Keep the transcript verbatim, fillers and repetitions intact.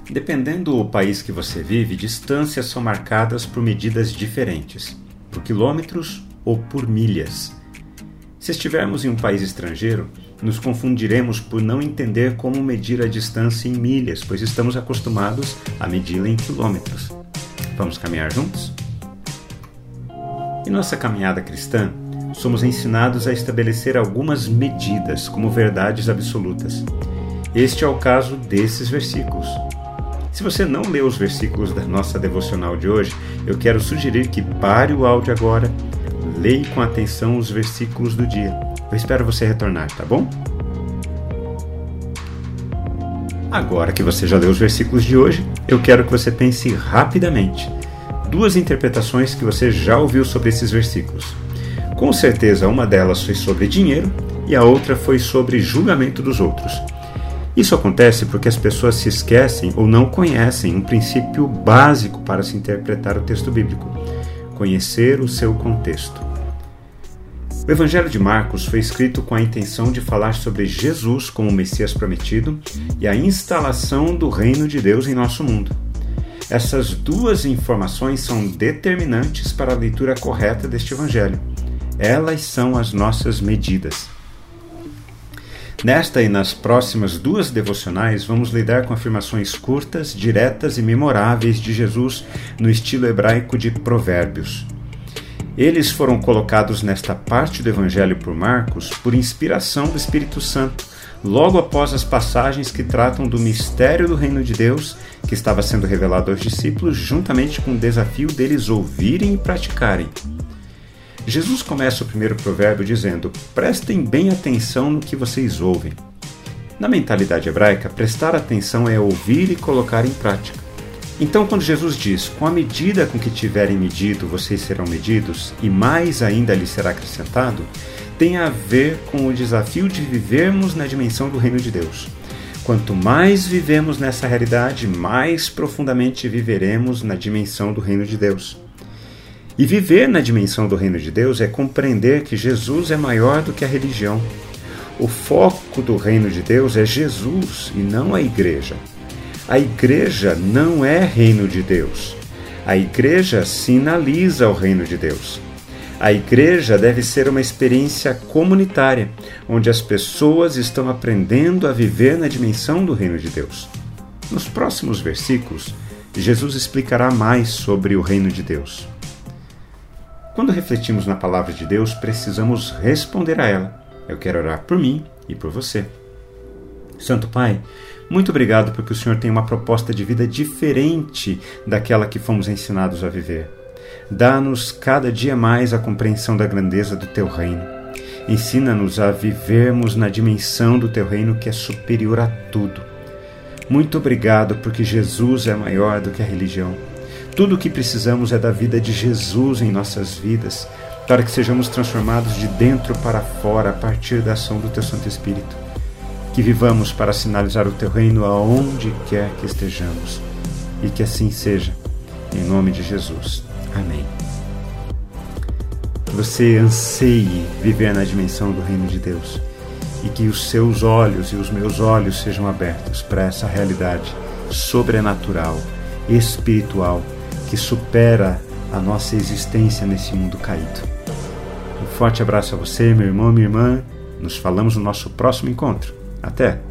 Dependendo do país que você vive, distâncias são marcadas por medidas diferentes, por quilômetros ou por milhas. Se estivermos em um país estrangeiro, nos confundiremos por não entender como medir a distância em milhas, pois estamos acostumados a medi-la em quilômetros. Vamos caminhar juntos? Em nossa caminhada cristã, somos ensinados a estabelecer algumas medidas como verdades absolutas. Este é o caso desses versículos. Se você não leu os versículos da nossa devocional de hoje, eu quero sugerir que pare o áudio agora, leia com atenção os versículos do dia. Eu espero você retornar, tá bom? Agora que você já leu os versículos de hoje, eu quero que você pense rapidamente. Duas interpretações que você já ouviu sobre esses versículos. Com certeza uma delas foi sobre dinheiro e a outra foi sobre julgamento dos outros. Isso acontece porque as pessoas se esquecem ou não conhecem um princípio básico para se interpretar o texto bíblico: conhecer o seu contexto. O Evangelho de Marcos foi escrito com a intenção de falar sobre Jesus como o Messias prometido e a instalação do reino de Deus em nosso mundo. Essas duas informações são determinantes para a leitura correta deste Evangelho. Elas são as nossas medidas. Nesta e nas próximas duas devocionais, vamos lidar com afirmações curtas, diretas e memoráveis de Jesus no estilo hebraico de Provérbios. Eles foram colocados nesta parte do Evangelho por Marcos por inspiração do Espírito Santo, logo após as passagens que tratam do mistério do reino de Deus, que estava sendo revelado aos discípulos, juntamente com o desafio deles ouvirem e praticarem. Jesus começa o primeiro provérbio dizendo: prestem bem atenção no que vocês ouvem. Na mentalidade hebraica, prestar atenção é ouvir e colocar em prática. Então, quando Jesus diz: com a medida com que tiverem medido, vocês serão medidos, e mais ainda lhes será acrescentado, tem a ver com o desafio de vivermos na dimensão do reino de Deus. Quanto mais vivemos nessa realidade, mais profundamente viveremos na dimensão do reino de Deus. E viver na dimensão do reino de Deus é compreender que Jesus é maior do que a religião. O foco do reino de Deus é Jesus e não a igreja. A igreja não é reino de Deus. A igreja sinaliza o reino de Deus. A igreja deve ser uma experiência comunitária, onde as pessoas estão aprendendo a viver na dimensão do reino de Deus. Nos próximos versículos, Jesus explicará mais sobre o reino de Deus. Quando refletimos na palavra de Deus, precisamos responder a ela. Eu quero orar por mim e por você. Santo Pai, muito obrigado porque o Senhor tem uma proposta de vida diferente daquela que fomos ensinados a viver. Dá-nos cada dia mais a compreensão da grandeza do Teu reino. Ensina-nos a vivermos na dimensão do Teu reino que é superior a tudo. Muito obrigado porque Jesus é maior do que a religião. Tudo o que precisamos é da vida de Jesus em nossas vidas, para que sejamos transformados de dentro para fora a partir da ação do Teu Santo Espírito. Que vivamos para sinalizar o Teu reino aonde quer que estejamos. E que assim seja, em nome de Jesus. Amém. Que você anseie viver na dimensão do reino de Deus e que os seus olhos e os meus olhos sejam abertos para essa realidade sobrenatural, espiritual, que supera a nossa existência nesse mundo caído. Um forte abraço a você, meu irmão, minha irmã. Nos falamos no nosso próximo encontro. Até!